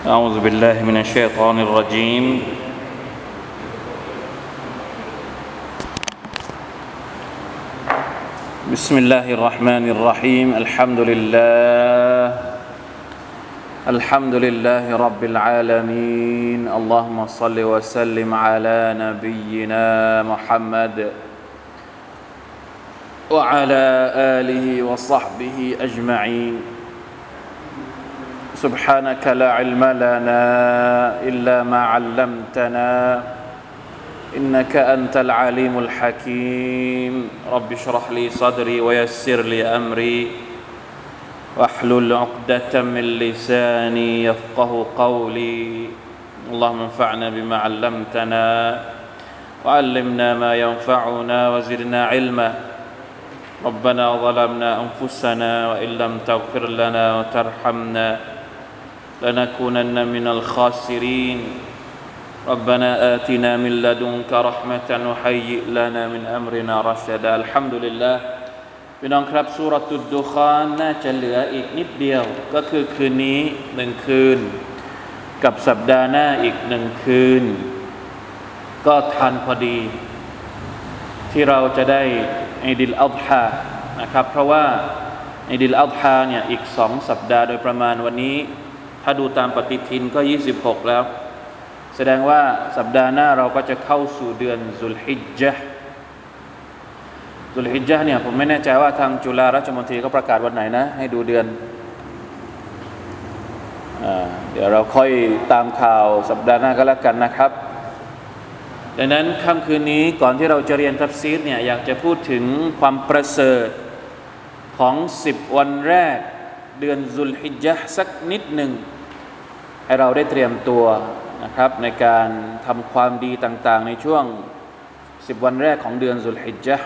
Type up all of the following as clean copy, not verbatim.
أعوذ بالله من الشيطان الرجيم بسم الله الرحمن الرحيم الحمد لله رب العالمين اللهم صل وسلم على نبينا محمد وعلى آله وصحبه أجمعين سبحانك لا علم لنا إلا ما علمتنا إنك أنت العليم الحكيم رب اشرح لي صدري ويسر لي أمري واحلل عقدة من لساني يفقه قولي اللهم انفعنا بما علمتنا وعلمنا ما ينفعنا وزدنا علما ربنا ظلمنا أنفسنا وإن لم تغفر لنا وترحمنا لنكونن من الخاسرين ربنا آتنا من لدنك رحمة وهيئ لنا من أمرنا رشدا الحمد لله พี่น้องครับซูเราะตุดดุคานน่าจะเหลืออีกนิดเดียวก็คือคืนนี้1คืนกับสัปดาห์หน้าอีก1คืนก็ทันพอดีที่เราจะได้อีดิลอัฎฮานะครับเพราะว่าอีดิลอัฎฮาเนี่ยอีก2สัปดาห์โดยประมาณวันนี้ถ้าดูตามปฏิทินก็26แล้วแสดงว่าสัปดาห์หน้าเราก็จะเข้าสู่เดือนซุลฮิจญะห์เนี่ยผมไม่แน่ใจว่าทางจุฬาราชมนตรีเขาประกาศวันไหนนะให้ดูเดือนเดี๋ยวเราค่อยตามข่าวสัปดาห์หน้าก็แล้วกันนะครับดังนั้นค่ำคืนนี้ก่อนที่เราจะเรียนตัฟซีรเนี่ยอยากจะพูดถึงความประเสริฐของ10วันแรกเดือนซุลฮิจญะห์สักนิดหนึ่งให้เราได้เตรียมตัวนะครับในการทำความดีต่างๆในช่วง10วันแรกของเดือนซุลฮิจญะห์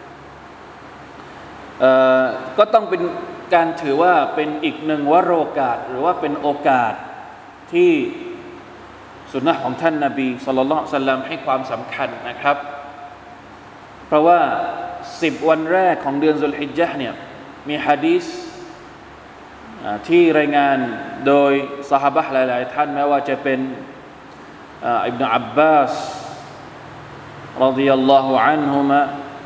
ก็ต้องเป็นการถือว่าเป็นอีกหนึ่งวโรกาสหรือว่าเป็นโอกาสที่สุนนะของท่านนบีศ็อลลัลลอฮุอะลัยฮิวะซัลลัมให้ความสำคัญนะครับเพราะว่า10วันแรกของเดือนซุลฮิจญะห์เนี่ยมีหะดีษที่รายงานโดยซอฮาบะห์หลายๆท่านแม้ว่าจะเป็นอิบนุอับบาสรอฎิยัลลอฮุอันฮุมะ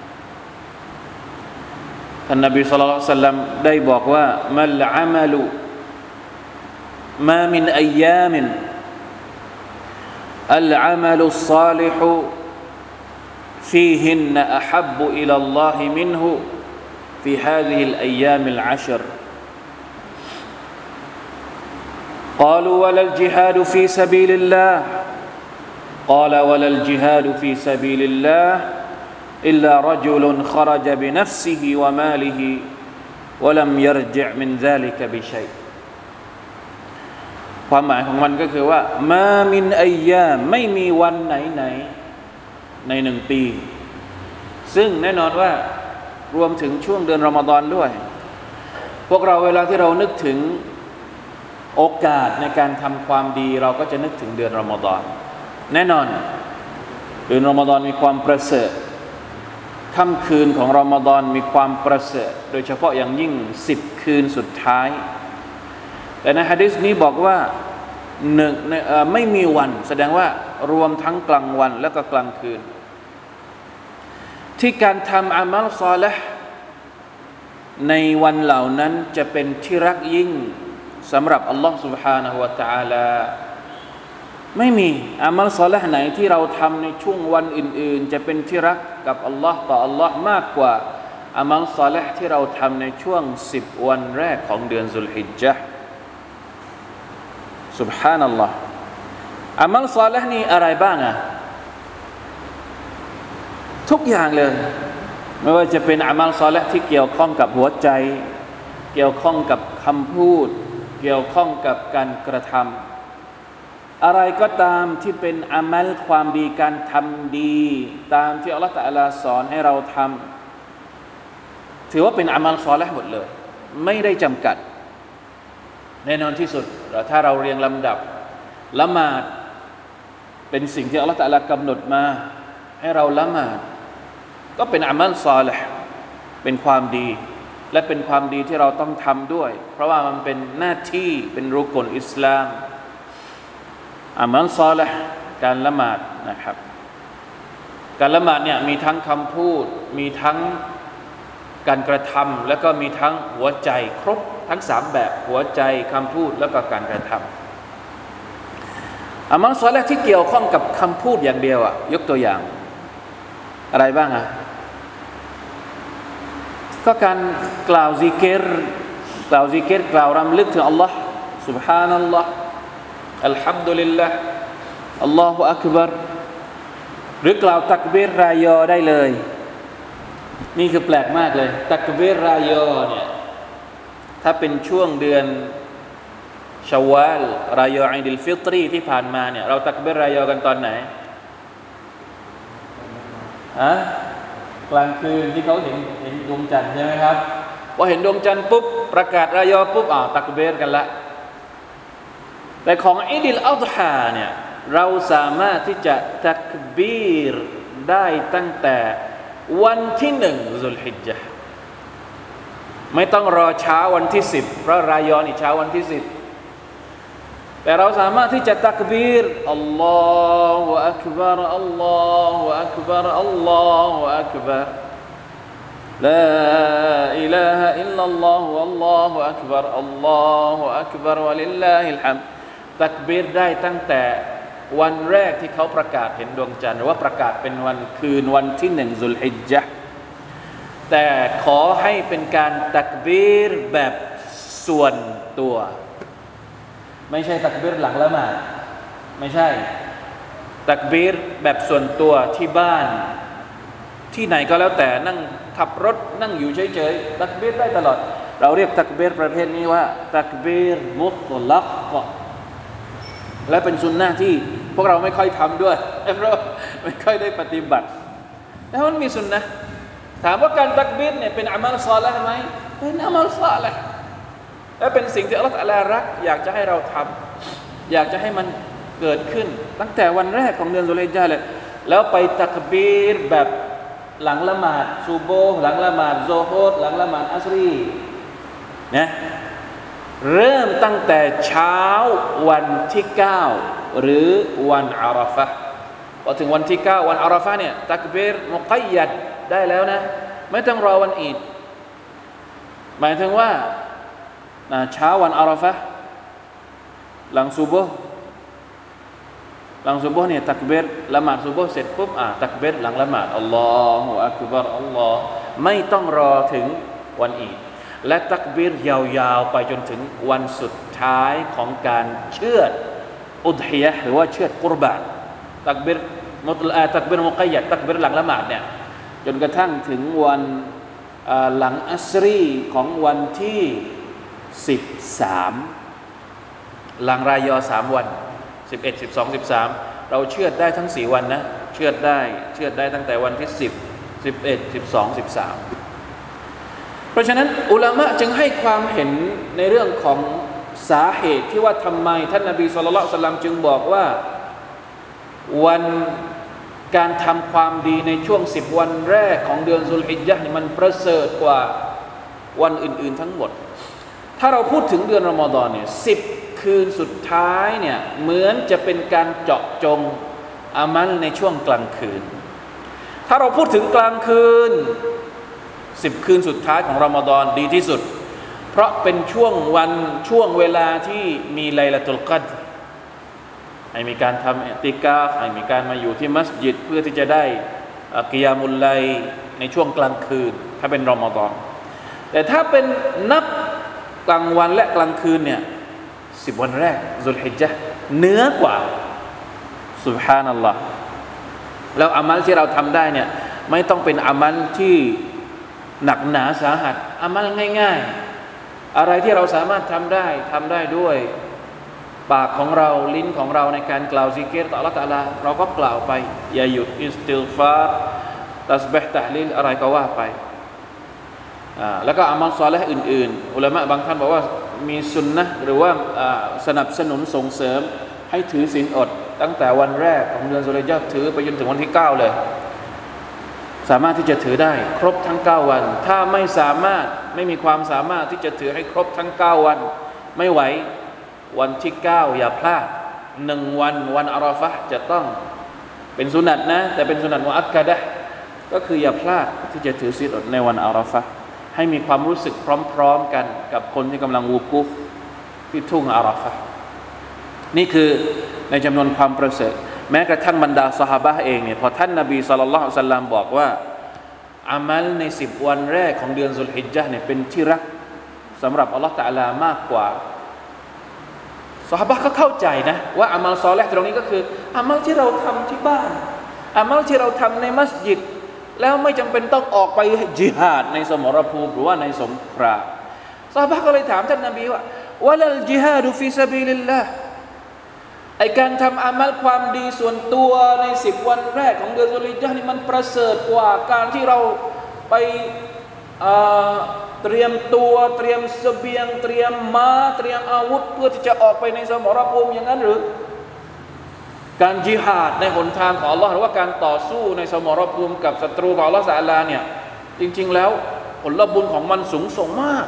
ท่านนบีศ็อลลัลลอฮุอะลัยฮิวะซัลลัมได้บอกว่ามัลอะมัลุมามินอัยยามินالعمل الصالح فيهن أحب إلى الله منه في هذه الأيام العشر قالوا ولا الجهاد في سبيل الله قال ولا الجهاد في سبيل الله إلا رجل خرج بنفسه وماله ولم يرجع من ذلك بشيءความหมายของมันก็คือว่ามามินอัยยามไม่มีวันไหนใน1ปีซึ่งแน่นอนว่ารวมถึงช่วงเดือนรอมฎอนด้วยพวกเราเวลาที่เรานึกถึงโอกาสในการทำความดีเราก็จะนึกถึงเดือนรอมฎอนแน่นอนเดือนรอมฎอนมีความประเสริฐค่ำคืนของรอมฎอนมีความประเสริฐโดยเฉพาะอย่างยิ่ง10คืนสุดท้ายแต่ในหะดีษนี้บอกว่าไม่มีวันแสดงว่ารวมทั้งกลางวันและก็กลางคืนที่การทำอามัลศอลิห์ในวันเหล่านั้นจะเป็นที่รักยิ่งสำหรับอัลลอฮฺ سبحانه และ تعالى ไม่มีอามัลศอลิห์ไหนที่เราทำในช่วงวันอื่นๆจะเป็นที่รักกับอัลลอฮฺต่ออัลลอฮฺมากกว่าอามัลศอลิห์ที่เราทำในช่วง10วันแรกของเดือนซุลฮิจญะห์سبحان الله อามัลศอลิห์นี่อะไรบ้างทุกอย่างเลยไม่ว่าจะเป็นอามัลศอลิห์ที่เกี่ยวข้องกับหัวใจเกี่ยวข้องกับคำพูดเกี่ยวข้องกับการกระทำอะไรก็ตามที่เป็นอามัลความดีการทำดีตามที่อัลเลาะห์ตะอาลาสอนให้เราทำถือว่าเป็นอามัลศอลิห์หมดเลยไม่ได้จำกัดแน่นอนที่สุดถ้าเราเรียงลำดับละหมาดเป็นสิ่งที่อัลเลาะห์ตะอาลากำหนดมาให้เราละหมาดก็เป็นอามัลศอลิห์เป็นความดี และเป็นความดีที่เราต้องทำด้วยเพราะว่ามันเป็นหน้าที่เป็นรุกลอิสลามอามัลซอลิห์การละหมาดนะครับการละหมาดเนี่ยมีทั้งคำพูดมีทั้งการกระทำแล้วก็มีทั้งหัวใจครบทั้ง3แบบหัวใจคำพูดแล้วก็การกระทำอามัลซอลิห์ที่เกี่ยวข้องกับคำพูดอย่างเดียวอ่ะยกตัวอย่างอะไรบ้างอ่ะก็การกล่าวซิกรกล่าวรำลึกถึงอัลลอฮ์ سبحان อัลลอฮ์อัลฮัมดุลิลลาห์อัลลอฮุอักบัรหรือกล่าวตักบีรรายอได้เลยนี่คือแปลกมากเลยตักบีรรายอเนี่ยถ้าเป็นช่วงเดือนชาวาลรายออีดิลฟิตรีที่ผ่านมาเนี่ยเราตักบีรรายอกันตอนไหนกลางคืนที่เขาเห็นดวงจันทร์ใช่ไหมครับพอเห็นดวงจันทร์ปุ๊บประกาศรายอปุ๊บตักบีรกันละแต่ของอีดิลอัฎฮาเนี่ยเราสามารถที่จะตักบีรได้ตั้งแต่วันที่1 ซุลฮิจญะห์ไม่ต้องรอเช้าวันที่10เพราะรายอนี่เช้าวันที่10แต่เราสามารถที่จะตักบีรอัลลอฮุอักบัรอัลลอฮุอักบัรอัลลอฮุอักบัรลาอิลาฮะอิลลัลลอฮุอัลลอฮุอักบัรอัลลอฮุอักบัรวะลิลลาฮิลฮัมด์ตักบีรได้ตั้งแต่วันแรกที่เขาประกาศเห็นดวงจันทร์หรือว่าประกาศเป็นวันคืนวันที่1 ซุลฮิจญะห์แต่ขอให้เป็นการตักบีรแบบส่วนตัวไม่ใช่ตักบีรหลังละหมาดไม่ใช่ตักบีรแบบส่วนตัวที่บ้านที่ไหนก็แล้วแต่นั่งขับรถนั่งอยู่เฉยๆตักบีรได้ตลอดเราเรียกตักบีรประเภทนี้ว่าตักบีรมุตลักและเป็นสุนนะที่พวกเราไม่ค่อยทำด้วยเพราะไม่ค่อยได้ปฏิบัติแล้วมันมีสุนนะถามว่าการตักบีรเนี่ยเป็นอามัลศอลิห์ไหมเป็นอามัลศอลิห์และเป็นสิ่งที่อัลเลาะห์ตะอาลารักอยากจะให้เราทำอยากจะให้มันเกิดขึ้นตั้งแต่วันแรกของเดือนซุลฮิจญะห์เลยแล้วไปตักบีรแบบหลังละหมาดซุบฮ์หลังละหมาดซุฮรหลังละหมาดอัสรีนะเริ่มตั้งแต่เช้าวันที่9หรือวันอาราฟะห์พอถึงวันที่9วันอาราฟะห์เนี่ยตักบีรมุกัยยัดได้แล้วนะไม่ต้องรอวันอีดหมายถึงว่าเช้าวันอาราฟะห์หลังซุบฮ์เนี่ยตักบีรละหมาดซุบฮ์เสร็จปุ๊บตักบีรหลังละหมาดอัลลอฮุอักบัรอัลลอฮ์ไม่ต้องรอถึงวันอีดและตักบีรยาวๆไปจนถึงวันสุดท้ายของการเชือดอุฎฮิยะห์หรือว่าเชือดกุรบานตักบีรมุกัยยัดตักบีรหลังละหมาดเนี่ยจนกระทั่งถึงวันหลังอัสรีของวันที่13หลังรายอ3วัน11 12 13เราเชือดได้ทั้ง4วันนะเชือดได้ตั้งแต่วันที่10 11 12 13เพราะฉะนั้นอุลามะจึงให้ความเห็นในเรื่องของสาเหตุที่ว่าทำไมท่านนบีศ็อลลัลลอฮุอะลัยฮิวะซัลลัมจึงบอกว่าวันการทำความดีในช่วง10วันแรกของเดือนซุลฮิจญะห์มันประเสริฐกว่าวันอื่นๆทั้งหมดถ้าเราพูดถึงเดือนรอมฎอนเนี่ย10คืนสุดท้ายเนี่ยเหมือนจะเป็นการเจาะจงอามัลในช่วงกลางคืนถ้าเราพูดถึงกลางคืน10คืนสุดท้ายของรอมฎอนดีที่สุดเพราะเป็นช่วงเวลาที่มีไลลาตุลกัดรให้มีการทำอิติกาฟให้มีการมาอยู่ที่มัสยิดเพื่อที่จะได้กิยามุลไลในช่วงกลางคืนถ้าเป็นรอมฎอนแต่ถ้าเป็นนับกลางวันและกลางคืนเนี่ย10วันแรกซุลฮิจญะห์เหนือกว่าซุบฮานัลลอฮ์แล้วอามัลที่เราทำได้เนี่ยไม่ต้องเป็นอามัลที่หนักหนาสาหัสอามัลง่ายๆอะไรที่เราสามารถทำได้ด้วยปากของเราลิ้นของเราในการกล่าวซิกรต่ออัลเลาะห์ตะอาลาเราก็กล่าวไปอย่าหยุดอิสติฆฟารตัสบิฮ์ตะห์ลีลอะไรก็ว่าไปแล้วก็อามัลศอลิห์อื่นๆอุลามะบางท่านบอกว่ามีสุนนะหรือว่าสนับสนุนส่งเสริมให้ถือศีลอดตั้งแต่วันแรกของเดือนซุลฮิจญะห์ถือไปจนถึงวันที่9เลยสามารถที่จะถือได้ครบทั้ง9วันถ้าไม่มีความสามารถที่จะถือให้ครบทั้ง9วันไม่ไหววันที่9อย่าพลาด 1 วันอาราฟะห์จะต้องเป็นสุนัตนะแต่เป็นสุนัตมุอักกะดะห์ก็คืออย่าพลาดที่จะถือศีลอดในวันอาราฟะห์ให้มีความรู้สึกพร้อมๆกันกับคนที่กำลังวูกุฟที่ทุ่งอาราฟะห์นี่คือในจำนวนความประเสริฐแม้กระทั่งบรรดาซอฮาบะห์เองเนี่ยพอท่านนบีศ็อลลัลลอฮุอะลัยฮิวะซัลลัมบอกว่าอามัลใน10 วันแรกของเดือนซุลฮิจญะห์เนี่ยเป็นที่รักสำหรับอัลเลาะห์ตะอาลามากกว่าซอฮาบะห์ก็เข้าใจนะว่าอามัลซอลิฮ์ตรงนี้ก็คืออามัลที่เราทำที่บ้านอามัลที่เราทำในมัสยิดแล้วไม่จำเป็นต้องออกไปญิฮาดในสมรภูมิหรือว่าในสงครามซอฮาบะห์ก็เลยถามท่านนบีว่าวะลัลญิฮาดุฟีซะบีลิลลาห์ไอการทำอามัลความดีส่วนตัวใน10 วันแรกของเดือนซุลฮิจญะห์นี่มันประเสริฐกว่าการที่เราไปเตรียมตัวเตรียมเสบียงเตรียมม้าเตรียมอาวุธเพื่อที่จะออกไปในสมรภูมิอย่างนั้นหรือการญิฮาดในหนทางของอัลเลาะห์หรือว่าการต่อสู้ในสมรภูมิกับศัตรูของอัลเลาะห์ตะอาลาเนี่ยจริงๆแล้วผลบุญของมันสูงส่งมาก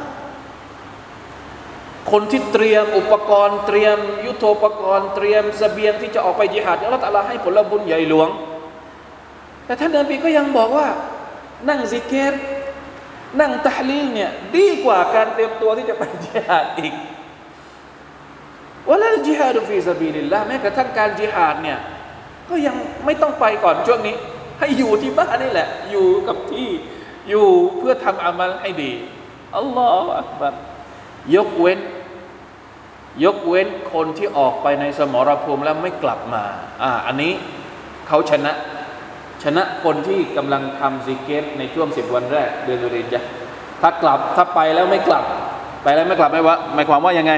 คนที่เตรียมอุปกรณ์เตรียมยุทโธปกรณ์เตรียมเสบียงที่จะออกไปญิฮาดอัลเลาะห์ตะอาลาให้ผลบุญใหญ่หลวงแต่ท่านนบีก็ยังบอกว่านั่งซิกรนั่งตะฮลีลเนี่ยดีกว่าการเตรียมตัวที่จะไปญิฮาดอีกวะลัลญิฮาดุฟีซะบีลิลลาห์แม้กระทั่งการญิฮาดเนี่ยก็ยังไม่ต้องไปก่อนช่วงนี้ให้อยู่ที่บ้านนี่แหละอยู่กับที่อยู่เพื่อทำอามัลให้ดีอัลลอฮฺอักบัรยกเว้นคนที่ออกไปในสมรภูมิแล้วไม่กลับมาอันนี้เขาชนะคนที่กำลังทำซิกรในช่วง10 วันแรกเดือนซุลฮิจญะห์ถ้าไปแล้วไม่กลับหมายความว่ายังไง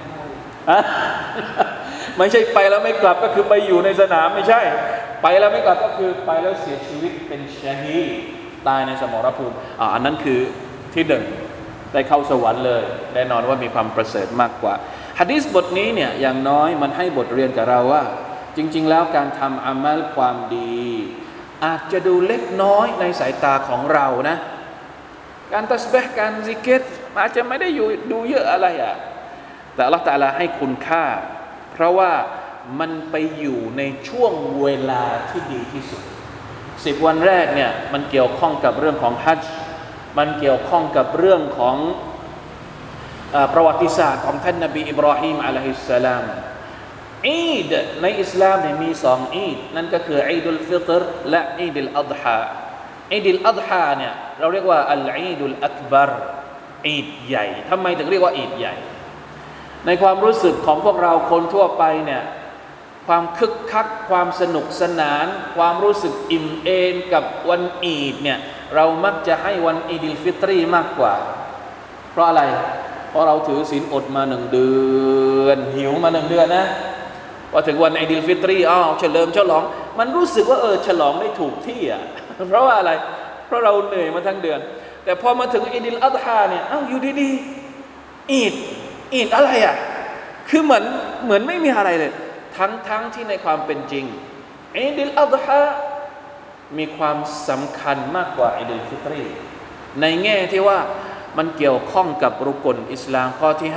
ไม่ใช่ไปแล้วไม่กลับก็คือไปอยู่ในสนามไม่ใช่ไปแล้วไม่กลับก็คือไปแล้วเสียชีวิตเป็นชะฮีดตายในสมรภูมิอันนั้นคือที่หนึ่งได้เข้าสวรรค์เลยแน่นอนว่ามีความประเสริฐมากกว่าหะดีษบทนี้เนี่ยอย่างน้อยมันให้บทเรียนกับเราว่าจริงๆแล้วการทำอามัลความดีอาจจะดูเล็กน้อยในสายตาของเรานะการตัสบีฮ์การซิกรอาจจะไม่ได้ดูเยอะอะไรแต่อัลเลาะห์ตะอาลาให้คุณค่าเพราะว่ามันไปอยู่ในช่วงเวลาที่ดีที่สุด10 วันแรกเนี่ยมันเกี่ยวข้องกับเรื่องของฮัจญ์มันเกี่ยวข้องกับเรื่องของประวัติศาสตร์ของท่านนบีอิบราฮิมอะลัยฮิสสลามอีดในอิสลามเนี่ยมี2อีดนั่นก็คืออีดุลฟิตรและอีดุลอัฎฮาอีดุลอัฎฮาเนี่ยเราเรียกว่าอัลอีดุลอักบัรอีดใหญ่ทำไมถึงเรียกว่าอีดใหญ่ในความรู้สึกของพวกเราคนทั่วไปเนี่ยความคึกคักความสนุกสนานความรู้สึกอิ่มเอมกับวันอีดเนี่ยเรามักจะให้วันอีดิลฟิตรีมากกว่าเพราะอะไรเพราะเราถือศีลอดมา1 เดือนหิวมา1 เดือนนะพอถึงวันอีดิลฟิตรีเฉลิมฉลองมันรู้สึกว่าฉลองได้ถูกที่เพราะว่าอะไรเพราะเราเหนื่อยมาทั้งเดือนแต่พอมาถึงอีดิลอัฎฮาเนี่ยอยู่ดีๆอีดอะไรคือเหมือนไม่มีอะไรเลยทั้งที่ในความเป็นจริงอีดิลอัฎฮามีความสำคัญมากกว่าอีดิลฟิตรีในแง่ที่ว่ามันเกี่ยวข้องกับรุกนอิสลามข้อที่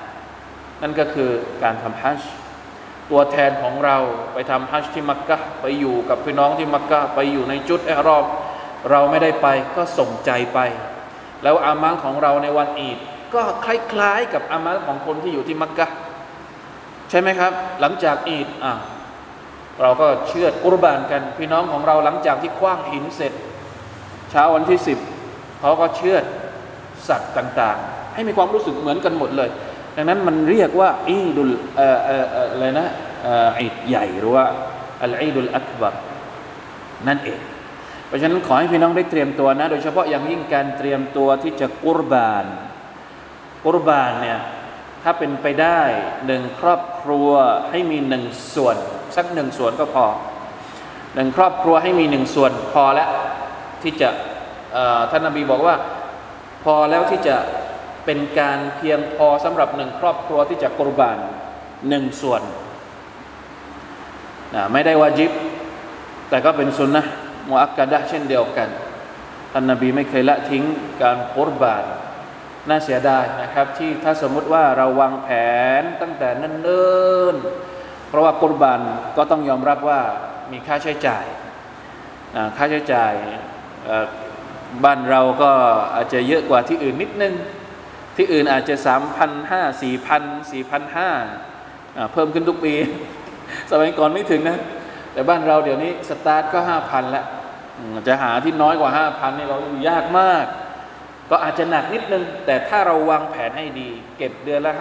5นั่นก็คือการทำฮัจญ์ตัวแทนของเราไปทำฮัจญ์ที่มักกะฮ์ไปอยู่กับพี่น้องที่มักกะฮ์ไปอยู่ในจุดอิหรอมเราไม่ได้ไปก็ส่งใจไปแล้วอามัลของเราในวันอีดก็คล้ายๆกับอามัลของคนที่อยู่ที่มักกะฮ์ใช่ไหมครับหลังจากอีดเราก็เชือดกุรบานกันพี่น้องของเราหลังจากที่ขว้างหินเสร็จเช้าวันที่10เขาก็เชือดสัตว์ต่างๆให้มีความรู้สึกเหมือนกันหมดเลยดังนั้นมันเรียกว่าอีดุลอะไรนะอีดใหญ่หรือว่าอัลอีดุลอักบัรนั่นเองเพราะฉะนั้นขอให้พี่น้องได้เตรียมตัวนะโดยเฉพาะอย่างยิ่งการเตรียมตัวที่จะกุรบานเนี่ยถ้าเป็นไปได้1 ครอบครัวให้มี1 ส่วนสัก1 ส่วนก็พอ1 ครอบครัวให้มี1 ส่วนพอแล้วที่จะท่านนบีบอกว่าพอแล้วที่จะเป็นการเพียงพอสำหรับ1 ครอบครัวที่จะกุรบาน1 ส่วนไม่ได้วาญิบแต่ก็เป็นสุนนะห์มุอักกะดะห์เช่นเดียวกันท่านนบีไม่เคยละทิ้งการกุรบานน่าเสียดายนะครับที่ถ้าสมมุติว่าเราวางแผนตั้งแต่เนิ่นๆเพราะว่ากุรบานก็ต้องยอมรับว่ามีค่าใช้จ่ายค่าใช้จ่ายบ้านเราก็อาจจะเยอะกว่าที่อื่นนิดนึงที่อื่นอาจจะ 3,500 4,000 4,500เพิ่มขึ้นทุกปีสมัยก่อนไม่ถึงนะแต่บ้านเราเดี๋ยวนี้สตาร์ทก็ 5,000 แล้วจะหาที่น้อยกว่า 5,000 นี่เรายากมากก็อาจจะหนักนิดนึงแต่ถ้าเราวางแผนให้ดีเก็บเดือนละ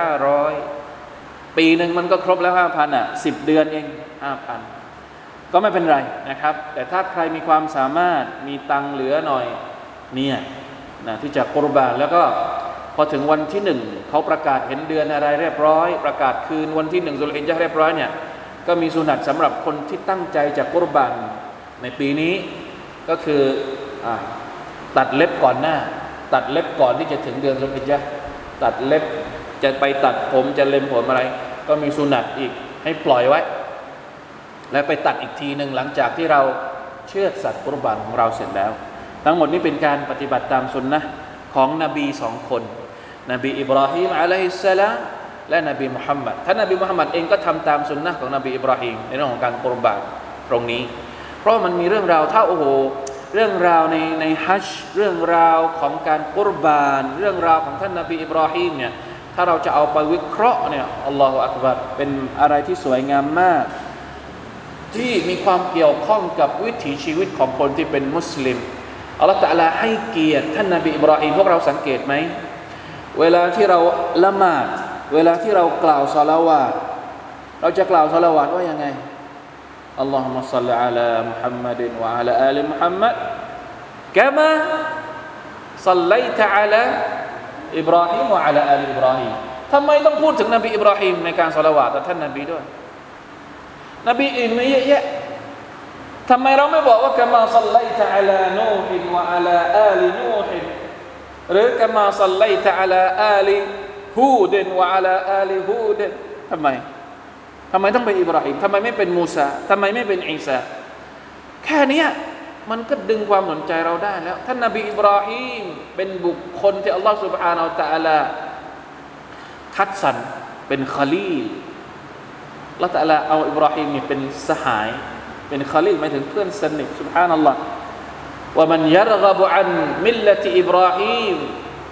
500ปีนึงมันก็ครบแล้ว 5,000 10 เดือนเอง 5,000 ก็ไม่เป็นไรนะครับแต่ถ้าใครมีความสามารถมีตังค์เหลือหน่อยเนี่ยนะที่จะกุรบานแล้วก็พอถึงวันที่1เขาประกาศเห็นเดือนอะไรเรียบร้อยประกาศคืนวันที่1ซุลฮิจญะห์เรียบร้อยเนี่ยก็มีสุนัตสำหรับคนที่ตั้งใจจะกุรบานในปีนี้ก็คือตัดเล็บก่อนหน้าตัดเล็บก่อนที่จะถึงเดือนซุลฮิจญะห์ตัดเล็บจะไปตัดผมจะเล็มผมอะไรก็มีสุนัตอีกให้ปล่อยไว้แล้วไปตัดอีกทีนึงหลังจากที่เราเชือดสัตว์กุรบานของเราเสร็จแล้วทั้งหมดนี้เป็นการปฏิบัติตามสุนนะห์ของนบี2คนนบีอิบราฮิมอะลัยฮิสสลามและนบีมุฮัมมัดท่านนบีมุฮัมมัดเองก็ทำตามสุนนะห์ของนบีอิบราฮิมในเรื่องของการกุรบานตรงนี้เพราะมันมีเรื่องราวถ้าเรื่องราวในฮัจญ์เรื่องราวของการกุรบานเรื่องราวของท่านนบีอิบราฮิมเนี่ยถ้าเราจะเอาไปวิเคราะห์เนี่ยอัลลอฮฺอักบัรเป็นอะไรที่สวยงามมากที่มีความเกี่ยวข้องกับวิถีชีวิตของคนที่เป็นมุสลิมอัลลอฮฺตะอาลาให้เกียรติท่านนบีอิบราฮิมพวกเราสังเกตไหมเวลาที่เราละหมาดเวลาที่เรากล่าวศอลาวาตเราจะกล่าวศอลาวาตว่ายังไงอัลลอฮุมะศ็อลลิอะลามุฮัมมัดวะอะลาอาลิมุฮัมมัดกะมาศ็อลลัยตะอะลาอิบราฮิมวะอะลาอาลิอิบราฮิมทำไมต้องพูดถึงนบีอิบราฮิมในการศอลาวาตต่อท่านนบีด้วยนบีอื่นมีเยอะแยะทำไมเราไม่บอกว่ากะมาศ็อลลัยตะอะลานูฮิวะอะลาอาลินูฮิหรือกะมาศ็อลลัยตะอะลาอาลิฮูดวะอะลาอาลิฮูดทำไมต้องเป็นอิบราฮิมทำไมไม่เป็นมูซาทำไมไม่เป็นอีสาแค่นี้มันก็ดึงความสนใจเราได้แล้วท่านนบีอิบราฮิมเป็นบุคคลที่อัลลอฮฺ سبحانه และ تعالى คัดสรรเป็นคอลีลอัลลอฮฺ تعالى เอาอิบราฮิมนี่เป็นสหายเป็นคอลีลหมายถึงเพื่อนสนิท سبحان อัลลอฮฺว่ามันยัรกะบุอันมิลละติอิบราฮิม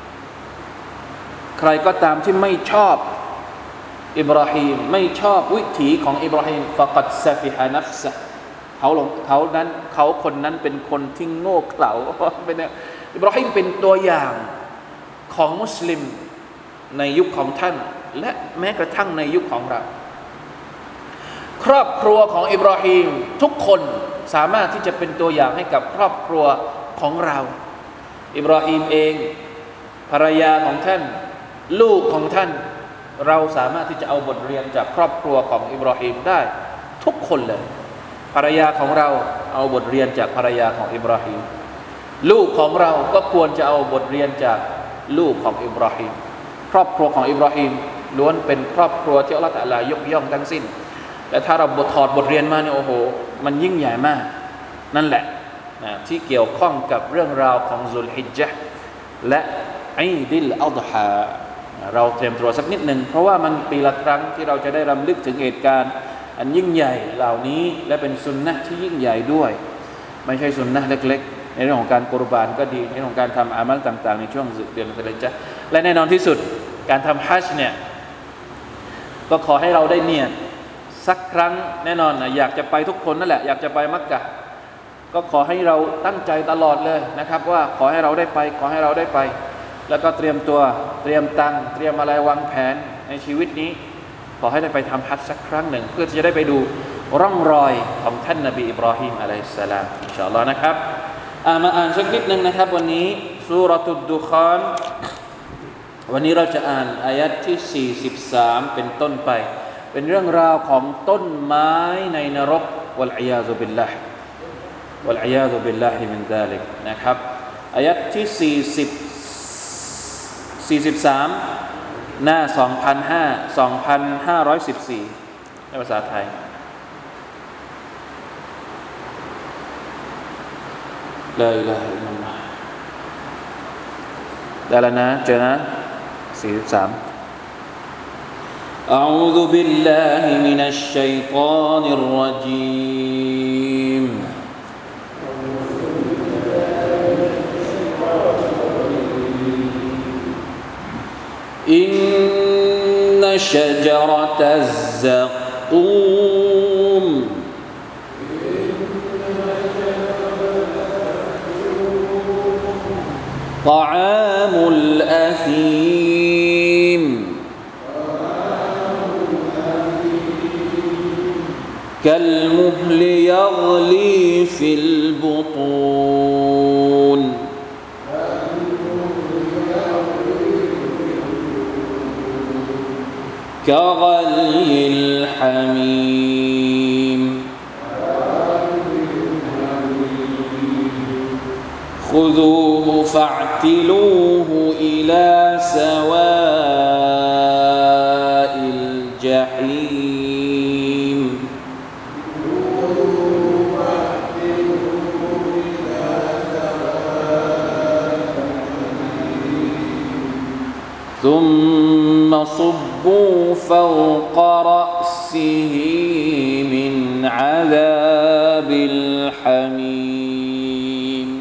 ใครก็ตามที่ไม่ชอบอิบราฮิมไม่ชอบวิถีของอิบราฮิมฟะกัดซะฟิฮะนัฟซะเขาคนนั้นเป็นคนที่โง่เขลาเป็นอิบราฮิมเป็นตัวอย่างของมุสลิมในยุคของท่านและแม้กระทั่งในยุคของเราครอบครัวของอิบราฮิมทุกคนสามารถที่จะเป็นตัวอย่างให้กับครอบครัวของเราอิบราฮิมเองภรรยาของท่านลูกของท่านเราสามารถที่จะเอาบทเรียนจากครอบครัวของอิบราฮิมได้ทุกคนเลยภรรยาของเราเอาบทเรียนจากภรรยาของอิบราฮิมลูกของเราก็ควรจะเอาบทเรียนจากลูกของอิบราฮิมครอบครัวของอิบราฮิมล้วนเป็นครอบครัวที่อัลเลาะห์ตะอาลายกย่องทั้งสิ้นแต่ถ้าเราถอดบทเรียนมาเนี่ยโอ้โหมันยิ่งใหญ่มากนั่นแหละที่เกี่ยวข้องกับเรื่องราวของซุลฮิจญะห์และอีดิลอัฎฮาเราเตรียมตัวสักนิดหนึ่งเพราะว่ามันปีละครั้งที่เราจะได้รำลึกถึงเหตุการณ์อันยิ่งใหญ่เหล่านี้และเป็นสุนนะห์ที่ยิ่งใหญ่ด้วยไม่ใช่สุนนะห์เล็กๆในเรื่องของการกุรบานก็ดีในเรื่องของการทำอามัลต่างๆในช่วงเดือนซุลฮิจญะห์และแน่นอนที่สุดการทำฮัจญ์เนี่ยก็ขอให้เราได้เนียดสักครั้งแน่นอนอยากจะไปทุกคนนั่นแหละอยากจะไปมักกะฮ์ก็ขอให้เราตั้งใจตลอดเลยนะครับว่าขอให้เราได้ไปขอให้เราได้ไปแล้วก็เตรียมตัวเตรียมตังเตรียมอะไรวางแผนในชีวิตนี้ขอให้ได้ไปทำฮัจญ์สักครั้งหนึ่งเพื่อจะได้ไปดูร่องรอยของท่านนบีอิบราฮิมอะลัยฮิสสลามอินชาอัลลอฮ์นะครับมาอ่านสักนิดนึงนะครับวันนี้ซูเราะตุดดุคานวันนี้เราจะอ่านอายะห์ที่43เป็นต้นไปเป็นเรื่องราวของต้นไม้ในนรกวัลอียาซุบิลลาห์วัลอียาซุบิลลาฮิมินซาลิกนะครับอายะห์ที่43หน้า2514ในภาษาไทยลาอิลาฮะอิลลัลลอฮ์ได้แล้วนะเจอนะ43 أعوذ بالله من الشيطان الرجيم إن شجرة الزقوم طعام الأثيم كالمهل يغلي في البطون كغلي الحميم خذوه فاعتلوه إلى سواء الجحيم ثم صبوا فوق رأسه من عذاب الحميم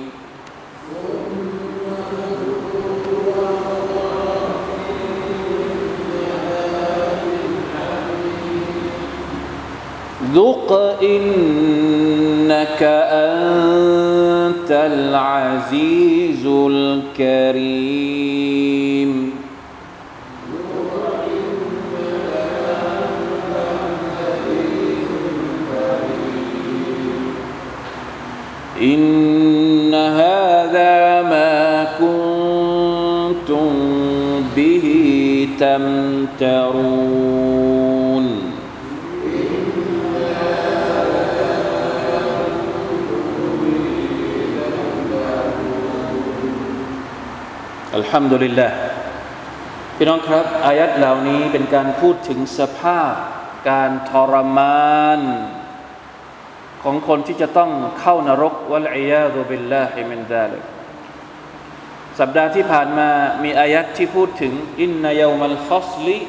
ذق إنك أنت العزيز الكريم إن هذا ما كنتم به تمترون الحمد لله พี่น้องครับอายัดเหล่านี้เป็นการพูดถึงสภาพการทรมานของคนที่จะต้องเข้านรกวัลอียาซุบิลลาฮิมินซาลิกสัปดาห์ที่ผ่านมามีอายัดที่พูดถึงอินนะยอมัลฟัศลิ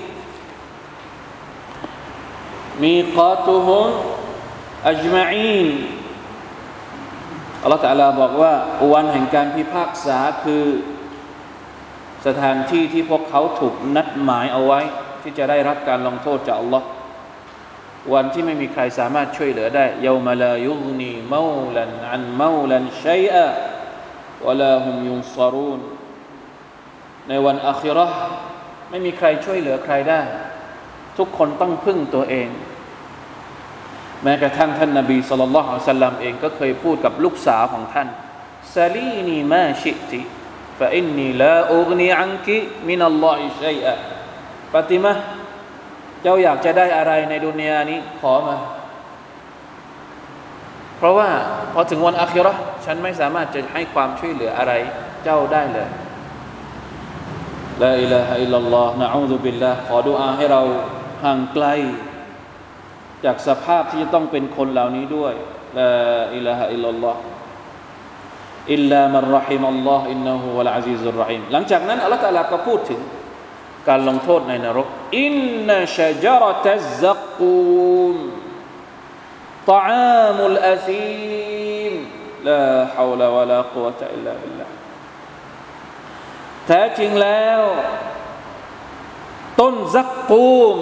มีกาตุฮุมอัจมะอีนอัลเลาะห์ตะอาลาบอกว่าวันแห่งการพิพากษาคือสถานที่ที่พวกเขาถูกนัดหมายเอาไว้ที่จะได้รับการลงโทษจากอัลลอฮ์วันที่ไม่มีใครสามารถช่วยเหลือได้ยอมลายุฆนีเมาลันอันเมาลันชัยอะวะลาฮุมยุนซารูนในวันอาคิเราะห์ไม่มีใครช่วยเหลือใครได้ทุกคนต้องพึ่งตัวเองแม้กระทั่งท่านนบีศ็อลลัลลอฮุอะลัยฮิวะซัลลัมเองก็เคยพูดกับลูกสาวของท่านซาลีนีมาชิติฟะอินนีลาอุฆนีอันกิมินัลลอฮิชัยอะฟาติมะห์เจ้าอยากจะได้อะไรในดุนยานี้ขอมาเพราะว่าพอถึงวันอาคิเราะห์ฉันไม่สามารถจะให้ความช่วยเหลืออะไรเจ้าได้เลยลาอิลาฮะอิลลัลลอฮ์นะอูซุบิลลาห์ขอดุอาให้เราห่างไกลจากสภาพที่จะต้องเป็นคนเหล่านี้ด้วยลาอิลาฮะอิลลัลลอฮ์อิลลามันรอฮิมัลลอฮ์อินนะฮูวัลอะซีซุรเราะฮีมหลังจากนั้นอัลเลาะห์ตะอาลาก็พูดถึงการลงโทษในนรกอินนะชะญะเราะตัซซักกูมตะอามุลอะซีมลาฮาวละวะลากุวะตะอิลลาบิลลาห์แท้จริงแล้วต้นซักกูม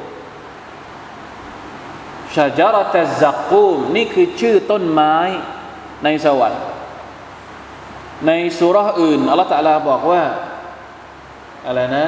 ชะญะเราะตัซซักกูมนี่คือชื่อต้นไม้ในสวรรค์ในซูเราะห์อื่นอัลเลาะห์ตะอาลาบอกว่าอะไรนะ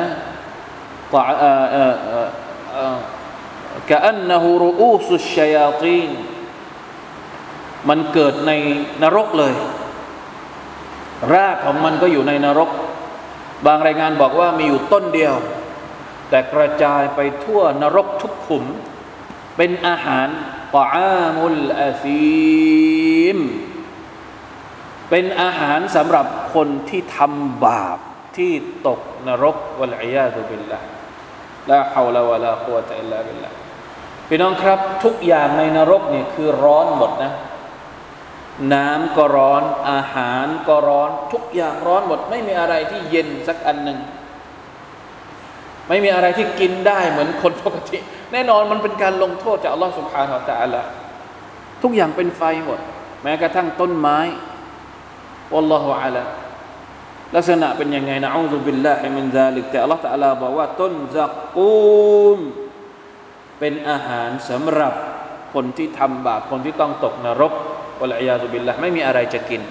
كأنه رؤوس الشياطين มันเกิดในนรกเลยรากของมันก็อยู่ในนรกบางรายงานบอกว่ามีอยู่ต้นเดียวแต่กระจายไปทั่วนรกทุกขุมเป็นอาหารตะอามุลอะซีมเป็นอาหารสำหรับคนที่ทำบาปที่ตกนรกวัลอียาซุบิลลาห์ลาฮาวละวะลากุวะตะอิลลาบิลลาห์พี่น้องครับทุกอย่างในนรกนี่คือร้อนหมดนะน้ำก็ร้อนอาหารก็ร้อนทุกอย่างร้อนหมดไม่มีอะไรที่เย็นสักอันหนึ่งไม่มีอะไรที่กินได้เหมือนคนปกติแน่นอนมันเป็นการลงโทษจากอัลลอฮฺ سبحانه และ تعالى ทุกอย่างเป็นไฟหมดแม้กระทั่งต้นไม้วัลลอฮุอะลัมลักษณะเป็นยังไงนะอูซุบิลลาฮิมินซาลิกแต่อัลลอฮฺ تعالى บอกว่าต้นซักกูมเป็นอาหารสำหรับคนที่ทำบาปคนที่ต้องตกนรกวัลอียาซุบิลลาห์ไม่มีอะไรจะกิน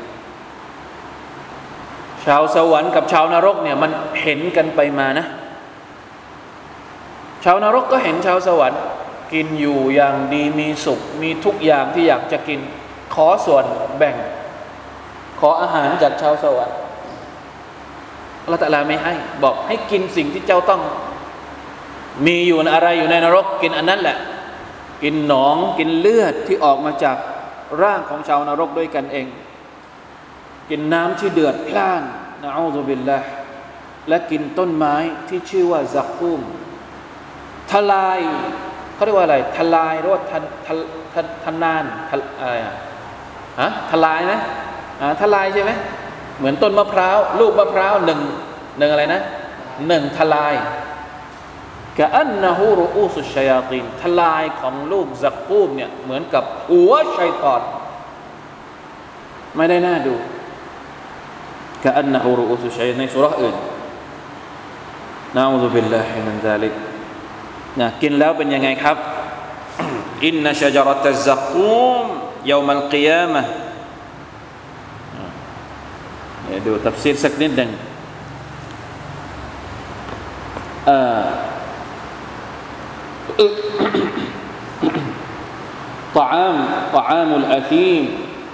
ชาวสวรรค์กับชาวนรกเนี่ยมันเห็นกันไปมานะชาวนรกก็เห็นชาวสวรรค์กินอยู่อย่างดีมีสุขมีทุกอย่างที่อยากจะกินขอส่วนแบ่งขออาหารจากชาวสวรรค์อัลเลาะห์ตะอาลาไม่ให้บอกให้กินสิ่งที่เจ้าต้องมีอยู่อะไรอยู่ในนรกกินอันนั้นแหละกินหนองกินเลือดที่ออกมาจากร่างของชาวนรกด้วยกันเองกินน้ำที่เดือดพล่านนะอูซุบิลลาห์และกินต้นไม้ที่ชื่อว่าซักกุมทลายเขาเรียกว่าอะไรทลายหรือว่าทนานอะไรทลายนะทลายใช่ไหมเหมือนต้นมะพร้าวลูกมะพร้าวหนึ่งอะไรนะหนึ่งทลายกะอันนะฮูรุอูสุชชัยาตีนทลายของลูกซักกุมเนี่ยเหมือนกับหัวชัยฏอนไม่ได้น่าดูกะอันนะฮูรุอูสุชชัยในซูเราะห์อื่นนะอูซุบิลลาฮิมินซาลิกนะกินแล้วเป็นยังไงครับอินนะชะญะเราะตัซซักกุมยอมัลกิยามะฮ์ดูตัฟซีรสักนิดหนึ่งطعام الأثيم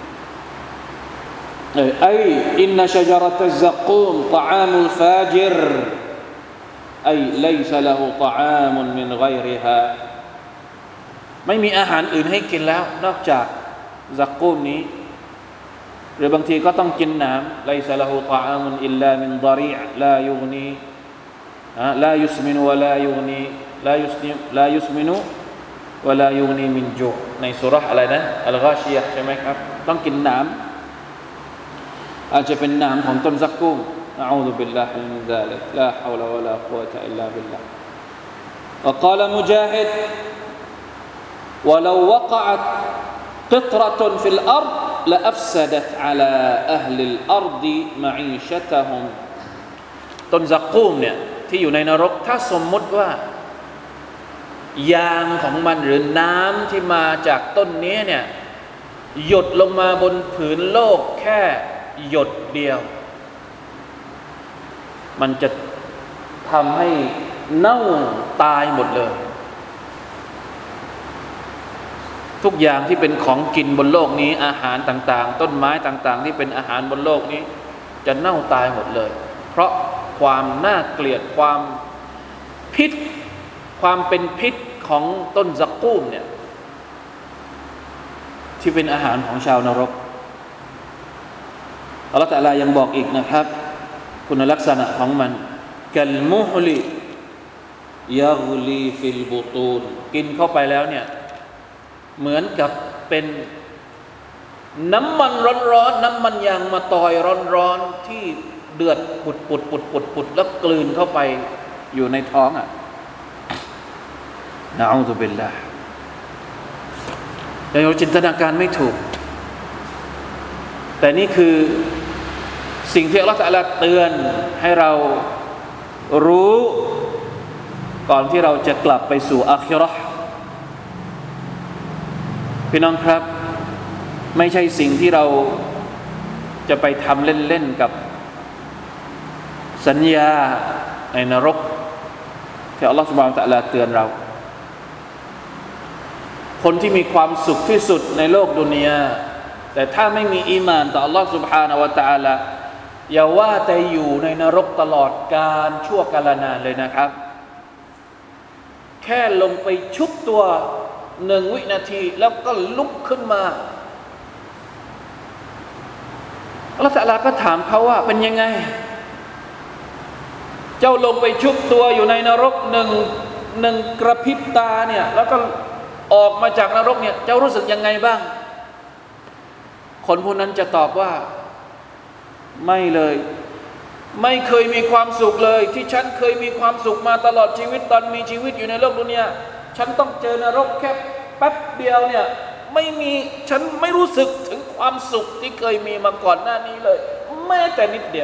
أي إن شجرة الزقوم طعام الفاجر أي ليس له طعام من غيرها ไม่มีอาหารอื่นให้กินแล้วนอกจากซักกุมนี้หรือบางทีก็ต้องกินน้ำ ليس له طعام إلا من ضريع لا يغني لا يسمن ولا يغني لا يسمن ولا يغني من جوع ในซูเราะห์อะไรนะอัลฆาชิยะห์ใช่ไหมครับต้องกินน้ำอาจจะเป็นน้ำของต้นซักกุมนะอูซุบิลลาฮิมินซาลิกลาฮาวละวะลากุวะตะอิลลาบิลลาห์ وقال مجاهد ولو وقعت قطرة في الأرض لأفسدت على أهل الأرض معيشتهم ต้นซักกุมเนี่ยที่อยู่ในนรกถ้าสมมุติว่ายางของมันหรือน้ำที่มาจากต้นนี้เนี่ยหยดลงมาบนผืนโลกแค่หยดเดียวมันจะทำให้เน่าตายหมดเลยทุกอย่างที่เป็นของกินบนโลกนี้อาหารต่างๆต้นไม้ต่างๆที่เป็นอาหารบนโลกนี้จะเน่าตายหมดเลยเพราะความน่าเกลียดความพิษความเป็นพิษของต้นซักกุมเนี่ยที่เป็นอาหารของชาวนรกอัลเลาะห์ตะอาลายังบอกอีกนะครับคุณลักษณะของมันกัลมุฮลิยัฆลีฟิลบุตูนกินเข้าไปแล้วเนี่ยเหมือนกับเป็นน้ำมันร้อนๆน้ำมันยางมะตอยร้อนๆที่เดือดปุดแล้วกลืนเข้าไปอยู่ในท้องอ่ะนะอูซุบิลลาห์เราจินตนาการไม่ถูกแต่นี่คือสิ่งที่อัลเลาะห์ตะอาลาเตือนให้เรารู้ก่อนที่เราจะกลับไปสู่อาคิเราะห์พี่น้องครับไม่ใช่สิ่งที่เราจะไปทำเล่นๆกับสัญญาในนรกที่อัลเลาะห์ซุบฮานะฮูวะตะอาลาเตือนเราคนที่มีความสุขที่สุดในโลกดุนยาแต่ถ้าไม่มีอีหม่านต่ออัลเลาะห์ซุบฮานะฮูวะตะอาลาอย่าว่าแต่อยู่ในนรกตลอดกาลชั่วกาลนานเลยนะครับแค่ลงไปชุบตัว1 วินาทีแล้วก็ลุกขึ้นมาอัลเลาะห์ตะอาลาก็ถามเขาว่าเป็นยังไงเจ้าลงไปชุบตัวอยู่ในนรกหนึ่งกระพริบตาเนี่ยแล้วก็ออกมาจากนรกเนี่ยเจ้ารู้สึกยังไงบ้างคนพวกนั้นจะตอบว่าไม่เลยไม่เคยมีความสุขเลยที่ฉันเคยมีความสุขมาตลอดชีวิตตอนมีชีวิตอยู่ในโลกดุนยาฉันต้องเจอนรกแค่แป๊บเดียวเนี่ยไม่มีฉันไม่รู้สึกถึงความสุขที่เคยมีมาก่อนหน้านี้เลยแม้แต่นิดเดียว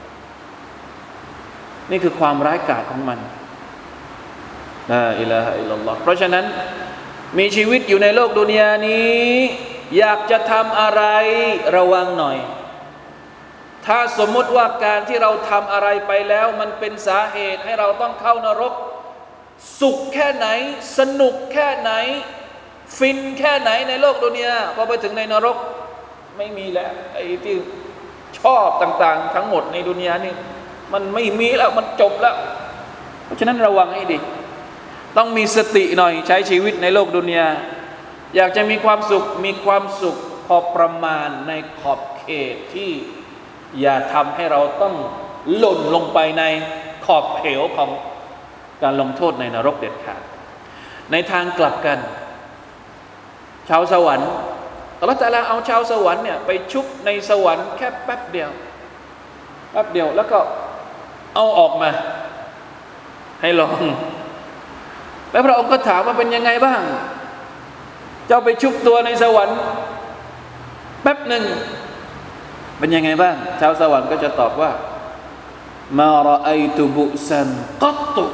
นี่คือความร้ายกาจของมันลาอิลาฮะอิลลัลลอฮ์เพราะฉะนั้นมีชีวิตอยู่ในโลกดุนยานี้อยากจะทำอะไรระวังหน่อยถ้าสมมติว่าการที่เราทำอะไรไปแล้วมันเป็นสาเหตุให้เราต้องเข้านรกสุขแค่ไหนสนุกแค่ไหนฟินแค่ไหนในโลกดุนยาพอไปถึงในนรกไม่มีแล้วไอ้ที่ชอบต่างๆทั้งหมดในดุนยานี่มันไม่มีแล้วมันจบแล้วเพราะฉะนั้นระวังให้ดีต้องมีสติหน่อยใช้ชีวิตในโลกดุนยาอยากจะมีความสุขพอประมาณในขอบเขตที่อย่าทำให้เราต้องหล่นลงไปในขอบเหวของการลงโทษในนรกเด็ดขาดในทางกลับกันชาวสวรรค์อัลเลาะห์ตะอาลาเอาชาวสวรรค์เนี่ยไปชุบในสวรรค์แค่แป๊บเดียวแล้วก็เอาออกมาให้ลองแล้วพระองค์ก็ถามว่าเป็นยังไงบ้างเจ้าไปชุบตัวในสวรรค์แป๊บหนึ่งเป็นยังไงบ้างชาวสวรรค์ก็จะตอบว่ามาราอัยตุบุซันกัตตุ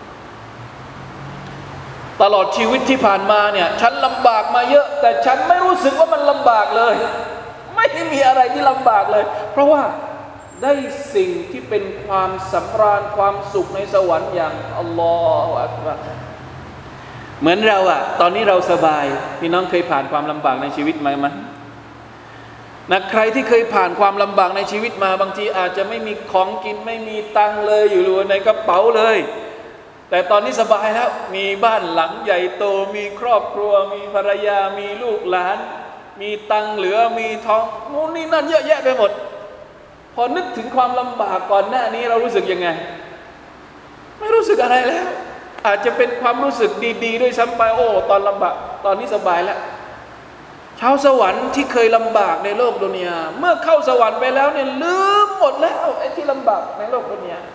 ตลอดชีวิตที่ผ่านมาเนี่ยฉันลำบากมาเยอะแต่ฉันไม่รู้สึกว่ามันลำบากเลยไม่มีอะไรที่ลำบากเลยเพราะว่าได้สิ่งที่เป็นความสำราญความสุขในสวรรค์อย่างอัลลอฮฺอักบัรเหมือนเราอะตอนนี้เราสบายพี่น้องเคยผ่านความลำบากในชีวิตไหมนะใครที่เคยผ่านความลำบากในชีวิตมาบางทีอาจจะไม่มีของกินไม่มีตังค์เลยอยู่ในกระเป๋าเลยแต่ตอนนี้สบายแล้วมีบ้านหลังใหญ่โตมีครอบครัวมีภรรยามีลูกหลานมีตังค์เหลือมีทองนู่นนี่นั่นเยอะแยะไปหมดพอนึกถึงความลำบากก่อนหน้านี้เรารู้สึกยังไงไม่รู้สึกอะไรแล้วอาจจะเป็นความรู้สึกดีๆด้วยซ้ำไปโอ้ตอนลำบากตอนนี้สบายแล้วชาวสวรรค์ที่เคยลำบากในโลกดุนยาเมื่อเข้าสวรรค์ไปแล้วเนี่ยลืมหมดแล้วไอ้ที่ลำบากในโลกดุนยา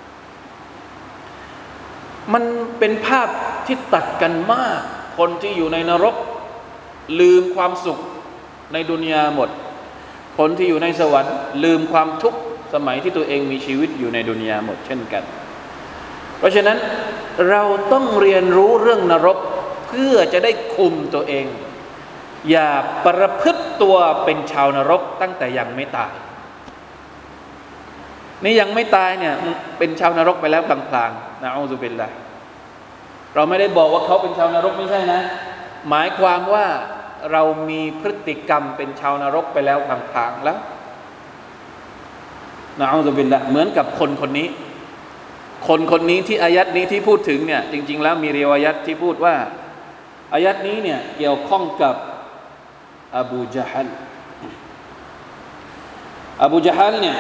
มันเป็นภาพที่ตัดกันมากคนที่อยู่ในนรกลืมความสุขในดุนยาหมดคนที่อยู่ในสวรรค์ลืมความทุกข์สมัยที่ตัวเองมีชีวิตอยู่ในดุนยาหมดเช่นกันเพราะฉะนั้นเราต้องเรียนรู้เรื่องนรกเพื่อจะได้คุมตัวเองอย่าประพฤติตัวเป็นชาวนรกตั้งแต่ยังไม่ตายนี่ยังไม่ตายเนี่ยเป็นชาวนรกไปแล้วพลางๆนะอูซุบิลลาห์เราไม่ได้บอกว่าเขาเป็นชาวนรกไม่ใช่นะหมายความว่าเรามีพฤติกรรมเป็นชาวนรกไปแล้วพลางๆแล้วนะอูซุบิลลาห์เหมือนกับคนนี้ที่อายัดนี้ที่พูดถึงเนี่ยจริงๆแล้วมีริวายัตที่พูดว่าอายัดนี้เนี่ยเกี่ยวข้องกับอบูญะฮัลเนี่ย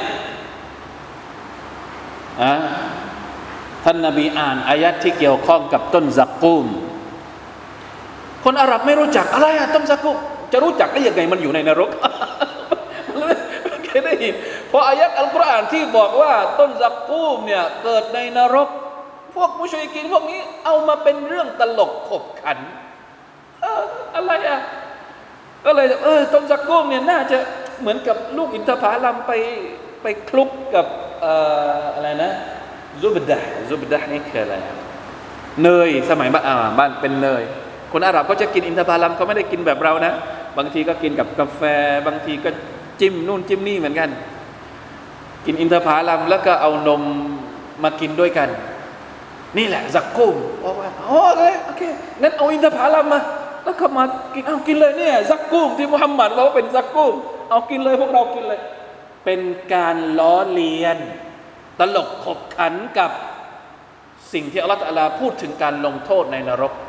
ท่านนบีอ่านอายัดที่เกี่ยวข้องกับต้นซักกุมคนอาหรับไม่รู้จักอะไรอะต้นซักกุมจะรู้จักได้ยังไงมันอยู่ในนรก ไม่เคยได้ยินเพราะอายัดอัลกุรอานที่บอกว่าต้นซักกุมเนี่ยเกิดในนรกพวกมุชริกีนพวกนี้เอามาเป็นเรื่องตลกขบขันอะไรอะก็เลยต้นซักกุมเนี่ยน่าจะเหมือนกับลูกอินทผลัมไปคลุกกับอะไรนะซุบดะนี่คืออะไรเนยสมัยบ้านเป็นเนยคนอาหรับเขาจะกินอินทผลัมเขาไม่ได้กินแบบเรานะบางทีก็กินกับกาแฟบางทีก็จิ้มนู่นจิ้มนี่เหมือนกันกินอินทผลัมแล้วก็เอานมมากินด้วยกันนี่แหละซักกุมบอกว่าโอเคงั้นเอาอินทผลัมมาแล้วก็มากินเลยเนี่ยซักกุมที่มุฮัมมัดบอกว่าเป็นซักกุมเอากินเลยพวกเรากินเลยเป็นการล้อเลียนตลกขบขันกับสิ่งที่อัลเลาะห์ตะอาลาพูดถึงการลงโทษในนรก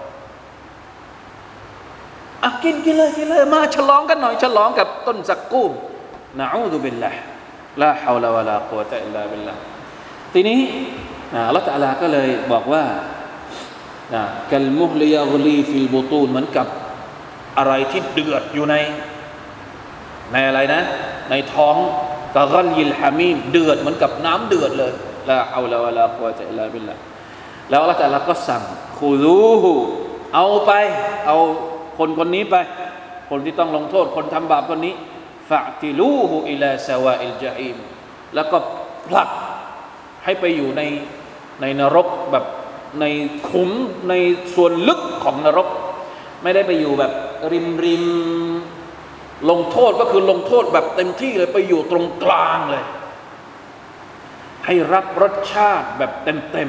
กินเลยมาฉลองกันหน่อยฉลองกับต้นซักกุมนะอูซุบิลลาห์ลาฮาวลาวะลากุวะตะอิลลาบิลลาห์ทีนี้อัลเลาะห์ตะอาลาก็เลยบอกว่ากัลมุฮลิยะฆลีฟิลบุตูนเหมือนกับอะไรที่เดือดอยู่ในอะไรนะในท้องกะกัลยิลฮามีมเดือดเหมือนกับน้ำเดือดเลยลาฮาวลาวะลากุวะตะอิลลาบิลลาห์แล้วอัลเลาะห์ตะอาลาก็สั่งคุซูฮูเอาไปเอาคนคนนี้ไปคนที่ต้องลงโทษคนทำบาปคนนี้ฟะติลูฮูอิลาซาวาอิลญะฮีมแล้วก็ผลักให้ไปอยู่ในนรกแบบในขุมในส่วนลึกของนรกไม่ได้ไปอยู่แบบริมลงโทษก็คือลงโทษแบบเต็มที่เลยไปอยู่ตรงกลางเลยให้รับรสชาติแบบเต็ม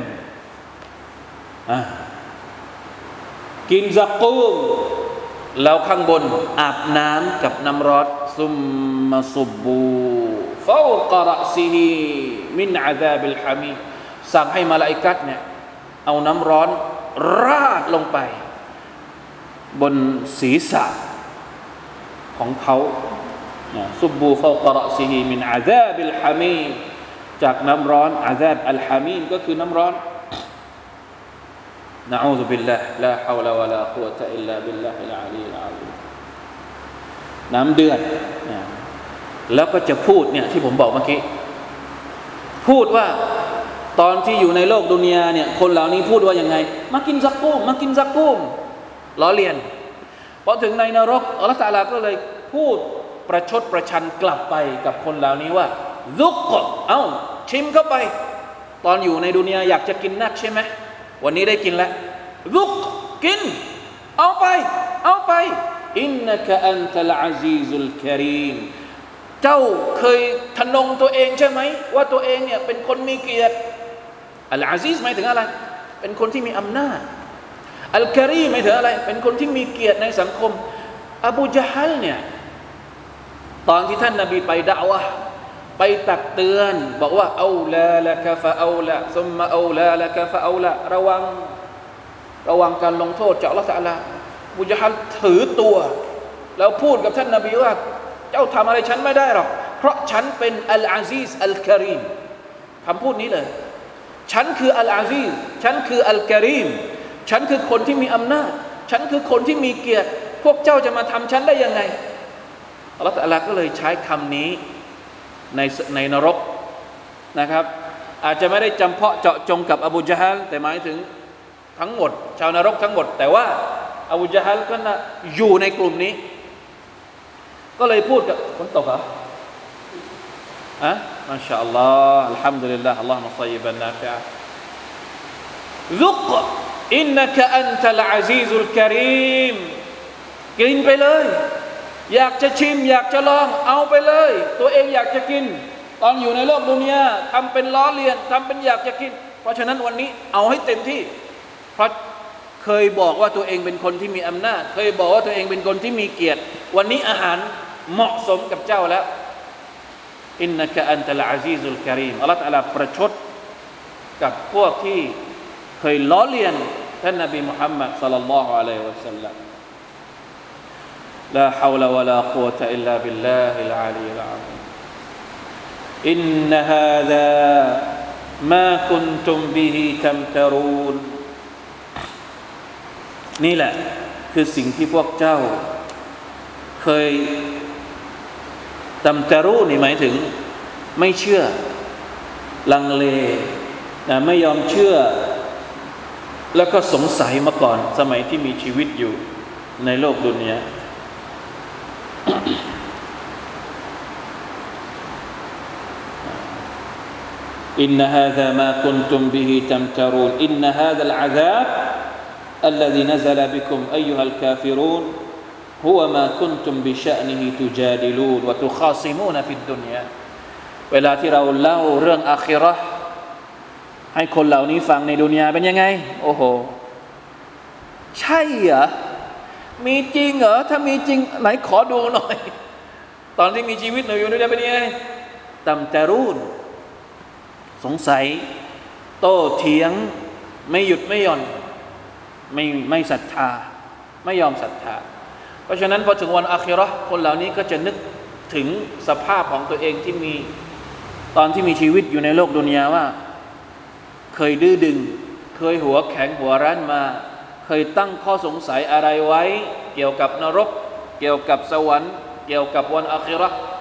กินซักูมแล้วข้างบนอาบน้ำกับน้ำร้อนซุมมาซุบบูฟาวกะรอซิฮิมินอะซาบิลฮามีสั่งให้มลาอิกะฮ์เนี่ยเอาน้ำร้อนราดลงไปบนศีรษะของเขาซุบบูฟาวกะรอซิฮิมินอะซาบิลฮามีจากน้ำร้อนอะซาบอัลฮามีก็คือน้ำร้อนนะอูซุบิลลาห์ลาฮาวลาวะลากุวะตะอิลลาบิลลาฮิลอะลีลอะซีมน้ำเดือดแล้วก็จะพูดเนี่ยที่ผมบอกเมื่อกี้พูดว่าตอนที่อยู่ในโลกดุนยาเนี่ยคนเหล่านี้พูดว่ายังไงมากินซักกุมมากินซักกุมล้อเลียนพอถึงในนรกอัลเลาะห์ตะอาลาก็เลยพูดประชดประชันกลับไปกับคนเหล่านี้ว่าซุกเอาชิมเข้าไปตอนอยู่ในดุนยาอยากจะกินนักใช่ไหมวันนี้ได้กินแล้วซุกกินเอาไปอินนะกะอันตัลอะซีซุลกะรีมเจ้าเคยทะนงตัวเองใช่ไหมว่าตัวเองเนี่ยเป็นคนมีเกียรติอัลอาซีซหมายถึงอะไรเป็นคนที่มีอำนาจอัลกะรีมหมายถึงอะไรเป็นคนที่มีเกียรติในสังคมอบูญะฮัลเนี่ยตอนที่ท่านนบีไปดะอ์วะห์ไปตักเตือนบอกว่าเอาลาละกะฟะเอาละซุมมะเอาลาละกะฟะเอาละระวังการลงโทษจากอัลเลาะห์ตะอาลาอบูญะฮัลถือตัวแล้วพูดกับท่านนบีว่าเจ้าทำอะไรฉันไม่ได้หรอกเพราะฉันเป็นอัลอาซีซอัลกะรีมคำพูดนี้เลยฉันคืออัลอาซีซฉันคืออัลกะรีมฉันคือคนที่มีอำนาจฉันคือคนที่มีเกียรติพวกเจ้าจะมาทำฉันได้ยังไงอัลเลาะห์ตะอาลาก็เลยใช้คำนี้ในนรกนะครับอาจจะไม่ได้จำเพาะเจาะจงกับอบูญะฮัลแต่หมายถึงทั้งหมดชาวนรกทั้งหมดแต่ว่าอบูญะฮัลก็อยู่ในกลุ่มนี้ก็เลยพูดกับฝนตกเหรอมาชาอัลลอฮ์อัลฮัมดุลิลลาฮ์อัลลอฮุมะฏอยยิบันนาฟิอะห์ซุกอินนะกะอันตัลอะซีซุลกะรีมกินไปเลยอยากจะชิมอยากจะลองเอาไปเลยตัวเองอยากจะกินตอนอยู่ในโลกดุนยาทำเป็นล้อเลียนทำเป็นอยากจะกินเพราะฉะนั้นวันนี้เอาให้เต็มที่เพราะเคยบอกว่าตัวเองเป็นคนที่มีอำนาจเคยบอกว่าตัวเองเป็นคนที่มีเกียรติวันนี้อาหารเหมาะสมกับเจ้าแล้วอินนะกะอันตัลอะซีซุลกะรีมอัลเลาะห์ตะอาลาประชดกับพวกที่เคยล้อเลียนท่านนบีมุฮัมมัดศ็อลลัลลอฮุอะลัยฮิวะซัลลัมลาฮาวละวะลากุวะตะอิลลาบิลลาฮิลอะลีลอะซีมอินนะฮาซามากุนตุมบิฮิตัมตะรูนนี่แหละคือสิ่งที่พวกเจ้าเคยตัมตะรูนนี่หมายถึงไม่เชื่อลังเลนะไม่ยอมเชื่อแล้วก็สงสัยมาก่อนสมัยที่มีชีวิตอยู่ในโลกดุนยาอินนะฮาซามากุนตุมบิฮิตัมตะรูนอินนะฮาซัลอะซาบالذي نزل بكم أيها الكافرون هو ما كنتم بشأنه تجادلون وتخاصمون في الدنيا เวลาที่เราเล่าเรื่องอาคิเราะห์ให้คนเหล่านี้ฟังในดุนยาเป็นยังไงโอ้โหใช่เหรอมีจริงเหรอถ้ามีจริงไหนขอดูหน่อยตอนที่มีชีวิตอยู่ในดุนยาเป็นยังไงตัมตะรูนสงสัยโต้เถียงไม่หยุดไม่หย่อนไม่ศรัทธาไม่ยอมศรัทธาเพราะฉะนั้นพอถึงวันอาคิเราะห์คนเหล่านี้ก็จะนึกถึงสภาพของตัวเองที่มีตอนที่มีชีวิตอยู่ในโลกดุนยาว่าเคยดื้อดึงเคยหัวแข็งหัวรั้นมาเคยตั้งข้อสงสัยอะไรไว้เกี่ยวกับนรกเกี่ยวกับสวรรค์เกี่ยวกับวันอาคิเราะห์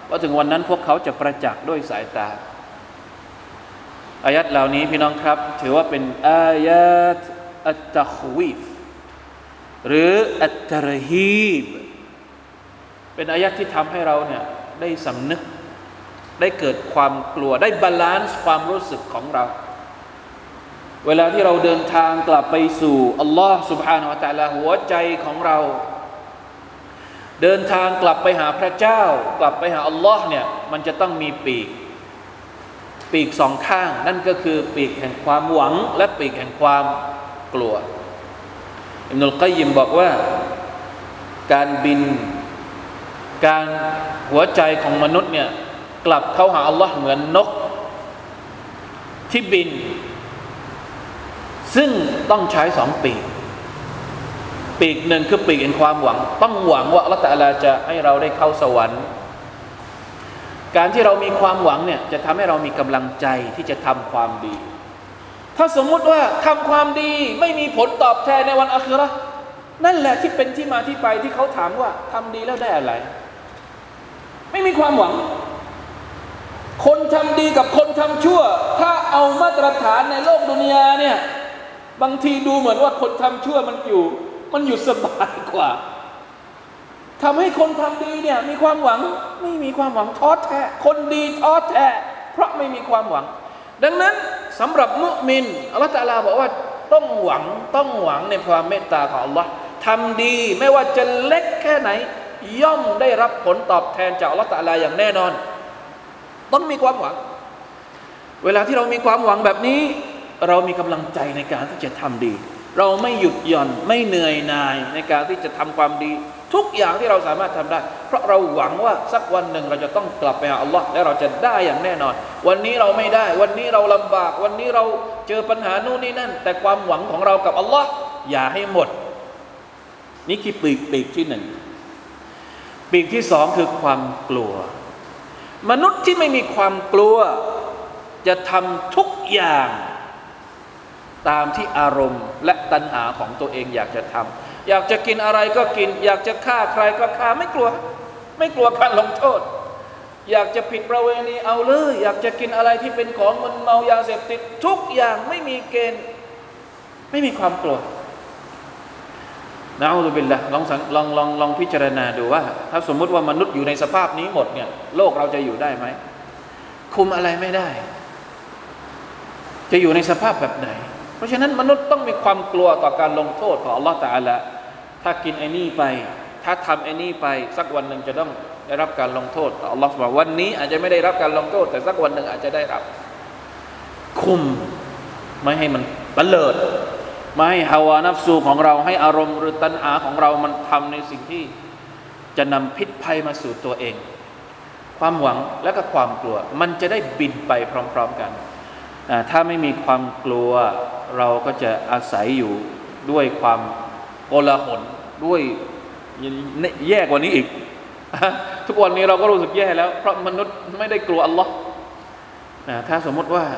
ว่าถึงวันนั้นพวกเขาจะประจักษ์ด้วยสายตาอายัดเหล่านี้พี่น้องครับถือว่าเป็นอายัดอัตตะควีฟหรืออัตตะรฮีบเป็นอายัดที่ทำให้เราเนี่ยได้สำนึกได้เกิดความกลัวได้บาลานซ์ความรู้สึกของเราเวลาที่เราเดินทางกลับไปสู่อัลลอฮ์ سبحانه และ تعالى หัวใจของเราเดินทางกลับไปหาพระเจ้ากลับไปหาอัลลอฮ์เนี่ยมันจะต้องมีปีกสองข้างนั่นก็คือปีกแห่งความหวังและปีกแห่งความกลัวอิบนุลกัยยิมบอกว่าการบินการหัวใจของมนุษย์เนี่ยกลับเข้าหาอัลลอฮ์เหมือนนกที่บินซึ่งต้องใช้สองปีกหนึ่งคือปีกแห่งความหวังต้องหวังว่าอัลเลาะห์ตะอาลาจะให้เราได้เข้าสวรรค์การที่เรามีความหวังเนี่ยจะทำให้เรามีกำลังใจที่จะทำความดีถ้าสมมุติว่าทำความดีไม่มีผลตอบแทนในวันอาคิเราะห์นั่นแหละที่เป็นที่มาที่ไปที่เขาถามว่าทำดีแล้วได้อะไรไม่มีความหวังคนทำดีกับคนทำชั่วถ้าเอามาตรฐานในโลกดุนยาเนี่ยบางทีดูเหมือนว่าคนทำชั่วมันอยู่สบายกว่าทำให้คนทำดีเนี่ยมีความหวังไม่มีความหวังท้อแท้คนดีท้อแท้เพราะไม่มีความหวังดังนั้นสำหรับมุมินอัลเลาะห์ตะอาลาบอกว่าต้องหวังในความเมตตาของอัลเลาะห์ทำดีไม่ว่าจะเล็กแค่ไหนย่อมได้รับผลตอบแทนจากอัลเลาะห์ตะอาลาอย่างแน่นอนต้องมีความหวังเวลาที่เรามีความหวังแบบนี้เรามีกำลังใจในการที่จะทำดีเราไม่หยุดหย่อนไม่เหนื่อยหน่ายในการที่จะทำความดีทุกอย่างที่เราสามารถทำได้เพราะเราหวังว่าสักวันหนึ่งเราจะต้องกลับไปหาอัลลอฮ์และเราจะได้อย่างแน่นอนวันนี้เราไม่ได้วันนี้เราลำบากวันนี้เราเจอปัญหาโน่นนี่นั่นแต่ความหวังของเรากับอัลลอฮ์อย่าให้หมดนี่คือปีกที่หนึ่งปีกที่สองคือความกลัวมนุษย์ที่ไม่มีความกลัวจะทำทุกอย่างตามที่อารมณ์และตัณหาของตัวเองอยากจะทำอยากจะกินอะไรก็กินอยากจะฆ่าใครก็ฆ่าไม่กลัวการลงโทษอยากจะผิดประเวณีเอาเลยอยากจะกินอะไรที่เป็นของมึนเมายาเสพติดทุกอย่างไม่มีเกณฑ์ไม่มีความกลัวนะอูซุบิลละลองพิจารณาดูว่าถ้าสมมุติว่ามนุษย์อยู่ในสภาพนี้หมดเนี่ยโลกเราจะอยู่ได้ไหมคุมอะไรไม่ได้จะอยู่ในสภาพแบบไหนเพราะฉะนั้นมนุษย์ต้องมีความกลัวต่อการลงโทษของอัลลอฮฺตะอาลาถ้ากินไอ้นี่ไปถ้าทำไอ้นี่ไปสักวันหนึ่งจะต้องได้รับการลงโทษอัลลอฮฺบอกวันนี้อาจจะไม่ได้รับการลงโทษแต่สักวันหนึ่งอาจจะได้รับคุมไม่ให้มันตะเลิดไม่ให้ฮาวานัฟซูของเราให้อารมณ์หรือตัณหาของเรามันทำในสิ่งที่จะนำพิษภัยมาสู่ตัวเองความหวังและก็ความกลัวมันจะได้บินไปพร้อมๆกันถ้าไม่มีความกลัวเราก็จะอาศัยอยู่ด้วยความโกลาหลด้วยแย่กว่านี้อีกทุกวันนี้เราก็รู้สึกแย่แล้วเพราะมนุษย์ไม่ได้กลัวอัลลอฮ์ถ้าสมมติว่า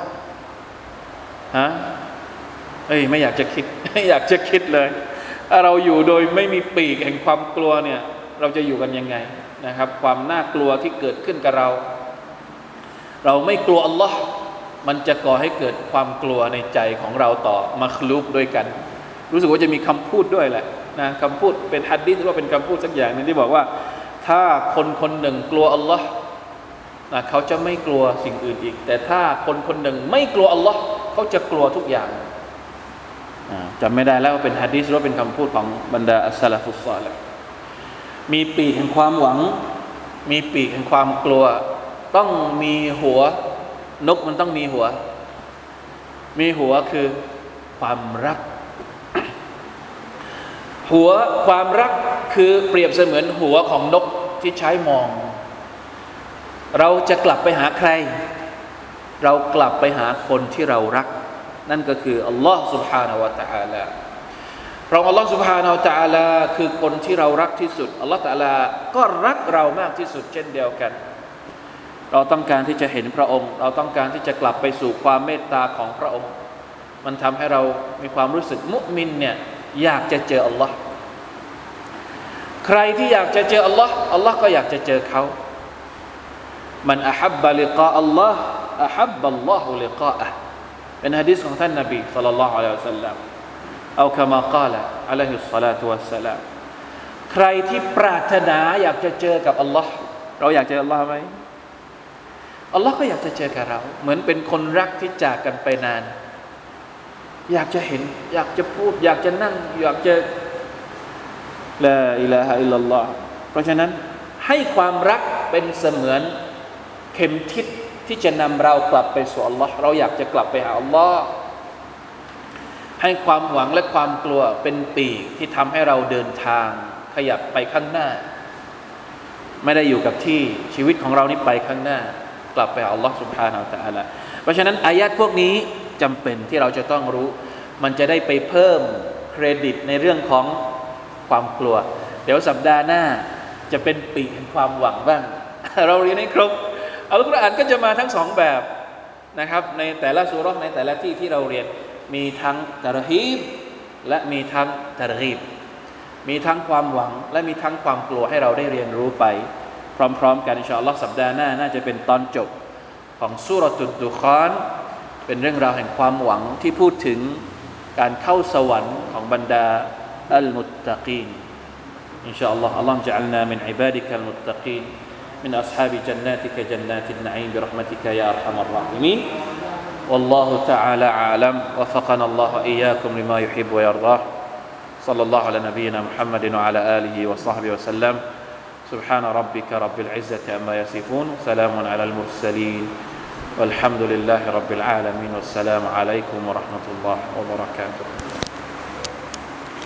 ไม่อยากจะคิดเลยถ้าเราอยู่โดยไม่มีปีกแห่งความกลัวเนี่ยเราจะอยู่กันยังไงนะครับความน่ากลัวที่เกิดขึ้นกับเราไม่กลัวอัลลอฮ์มันจะก่อให้เกิดความกลัวในใจของเราต่อมัคลุกด้วยกันรู้สึกว่าจะมีคำพูดด้วยแหละนะคำพูดเป็นฮัดดิษหรือว่าเป็นคำพูดสักอย่างนึงที่บอกว่าถ้าคนหนึ่งกลัวอัลลอฮ์เขาจะไม่กลัวสิ่งอื่นอีกแต่ถ้าคนหนึ่งไม่กลัวอัลลอฮ์เขาจะกลัวทุกอย่างจำไม่ได้แล้วว่าเป็นหะดีษหรือว่าเป็นคำพูดของบรรดาอัสซะลาฟุศศอลิฮ์มีปีกแห่งความหวังมีปีกแห่งความกลัวต้องมีหัวนกมันต้องมีหัวคือความรักหัวความรักคือเปรียบเสมือนหัวของนกที่ใช้มองเราจะกลับไปหาใครเรากลับไปหาคนที่เรารักนั่นก็คืออัลลอฮ์ سبحانه และ تعالى เพราะอัลลอฮ์ سبحانه และ تعالى คือคนที่เรารักที่สุดอัลลอฮ์ تعالى ก็รักเรามากที่สุดเช่นเดียวกันเราต้องการที่จะเห็นพระองค์เราต้องการที่จะกลับไปสู่ความเมตตาของพระองค์มันทำให้เรามีความรู้สึกมุมินเนี่ยอยากจะเจออัลลอฮ์ใครที่อยากจะเจออัลลอฮ์ก็อยากจะเจอเขามันอะฮับบะลิกาอัลลอฮ์อะฮับบอัลลอฮุลิกาอะห์เป็นหะดีษของท่านนบีศ็อลลัลลอฮุอะลัยฮิวะซัลลัมเอาคามากาละอะลัยฮิสศอลาตุวัสสลามใครที่ปรารถนาอยากจะเจอกับอัลลอฮ์เราอยากเจออัลลอฮ์ไหมอัลลอฮ์ก็อยากจะเจอกับเราเหมือนเป็นคนรักที่จากกันไปนานอยากจะเห็นอยากจะพูดอยากจะนั่งอยากจะลาอิลาฮะอิลลัลลอฮ์เพราะฉะนั้นให้ความรักเป็นเสมือนเข็มทิศที่จะนำเรากลับไปสู่อัลลอฮ์เราอยากจะกลับไปหาอัลลอฮ์ให้ความหวังและความกลัวเป็นปีกที่ทำให้เราเดินทางขยับไปข้างหน้าไม่ได้อยู่กับที่ชีวิตของเรานี่ไปข้างหน้ากลับไปหาอัลลอฮ์ سبحانه และ تعالى เพราะฉะนั้นอายะห์พวกนี้จำเป็นที่เราจะต้องรู้มันจะได้ไปเพิ่มเครดิตในเรื่องของความกลัวเดี๋ยวสัปดาห์หน้าจะเป็นปีกแห่งความหวังบ้าง เราเรียนให้ครบอัลกุรอานก็จะมาทั้งสองแบบนะครับในแต่ละซูเราะห์ในแต่ละที่ที่เราเรียนมีทั้งตะรฮีบและมีทั้งตะรกีบมีทั้งความหวังและมีทั้งความกลัวให้เราได้เรียนรู้ไปพร้อมๆกันอินชาอัลลอฮ์สัปดาห์หน้าน่าจะเป็นตอนจบของซูเราะตุดดุคานเป็นเรื่องราวแห่งความหวังที่พูดถึงการเข้าสวรรค์ของบรรดาอัลมุตตะกีนอินชาอัลลอฮ์อัลลอฮ์จะอัลนามินอิบาดิกัลมุตตะกีนمن أصحاب جناتك جنات النعيم برحمتك يا أرحم الراحمين والله تعالى أعلم وفقنا الله وإياكم لما يحب ويرضاه صلى الله على نبينا محمد وعلى آله وصحبه وسلم سبحان ربك رب العزة عما يصفون سلام على المرسلين والحمد لله رب العالمين والسلام عليكم ورحمة الله وبركاته